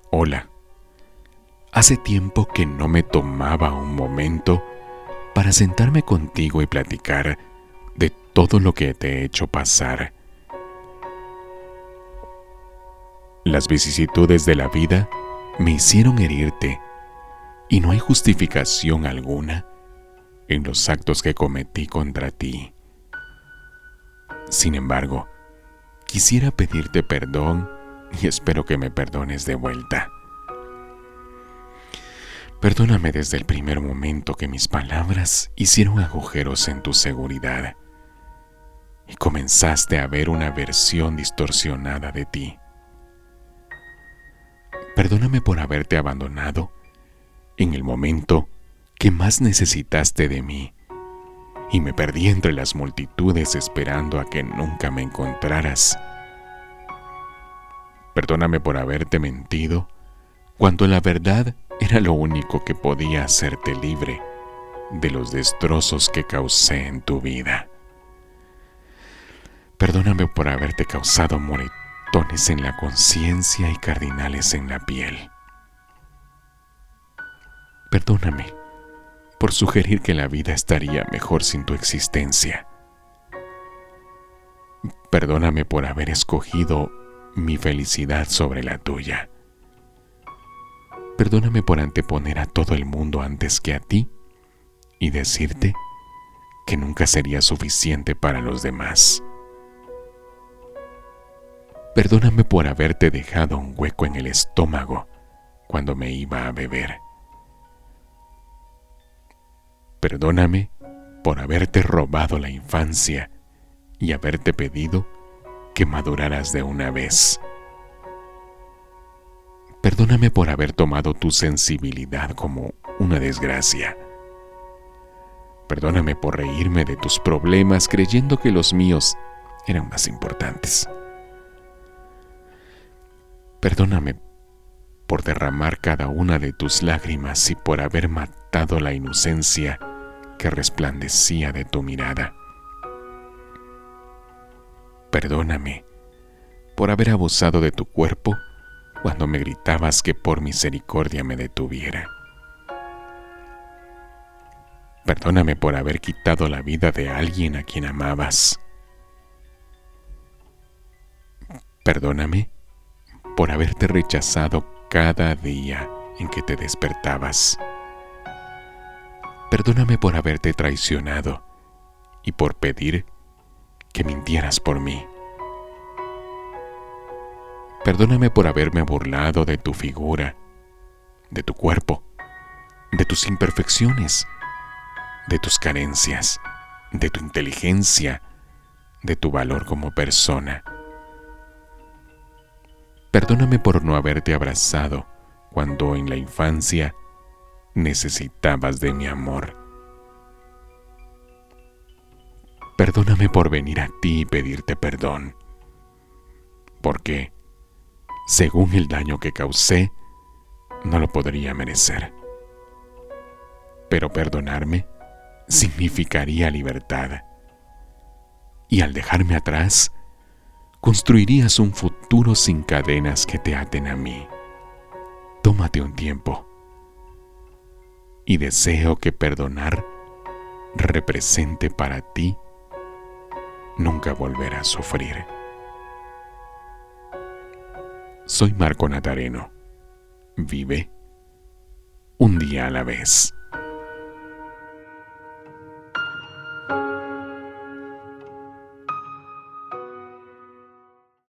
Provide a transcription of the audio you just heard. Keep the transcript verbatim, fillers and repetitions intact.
Hola. Hace tiempo que no me tomaba un momento para sentarme contigo y platicar de todo lo que te he hecho pasar. Las vicisitudes de la vida me hicieron herirte y no hay justificación alguna en los actos que cometí contra ti. Sin embargo, quisiera pedirte perdón y espero que me perdones de vuelta. Perdóname desde el primer momento que mis palabras hicieron agujeros en tu seguridad y comenzaste a ver una versión distorsionada de ti. Perdóname por haberte abandonado en el momento que más necesitaste de mí y me perdí entre las multitudes esperando a que nunca me encontraras. Perdóname por haberte mentido cuando la verdad era lo único que podía hacerte libre de los destrozos que causé en tu vida. Perdóname por haberte causado moretones en la conciencia y cardinales en la piel. Perdóname por sugerir que la vida estaría mejor sin tu existencia. Perdóname por haber escogido mi felicidad sobre la tuya. Perdóname por anteponer a todo el mundo antes que a ti y decirte que nunca sería suficiente para los demás. Perdóname por haberte dejado un hueco en el estómago cuando me iba a beber. Perdóname por haberte robado la infancia y haberte pedido que maduraras de una vez. Perdóname por haber tomado tu sensibilidad como una desgracia. Perdóname por reírme de tus problemas creyendo que los míos eran más importantes. Perdóname por derramar cada una de tus lágrimas y por haber matado la inocencia que resplandecía de tu mirada. Perdóname por haber abusado de tu cuerpo cuando me gritabas que por misericordia me detuviera. Perdóname por haber quitado la vida de alguien a quien amabas. Perdóname por haberte rechazado cada día en que te despertabas. Perdóname por haberte traicionado y por pedir que mintieras por mí. Perdóname por haberme burlado de tu figura, de tu cuerpo, de tus imperfecciones, de tus carencias, de tu inteligencia, de tu valor como persona. Perdóname por no haberte abrazado cuando en la infancia necesitabas de mi amor. Perdóname por venir a ti y pedirte perdón, porque, según el daño que causé, no lo podría merecer. Pero perdonarme significaría libertad. Y al dejarme atrás, construirías un futuro sin cadenas que te aten a mí. Tómate un tiempo. Y deseo que perdonar represente para ti nunca volver a sufrir. Soy Marco Natareno. Vive un día a la vez.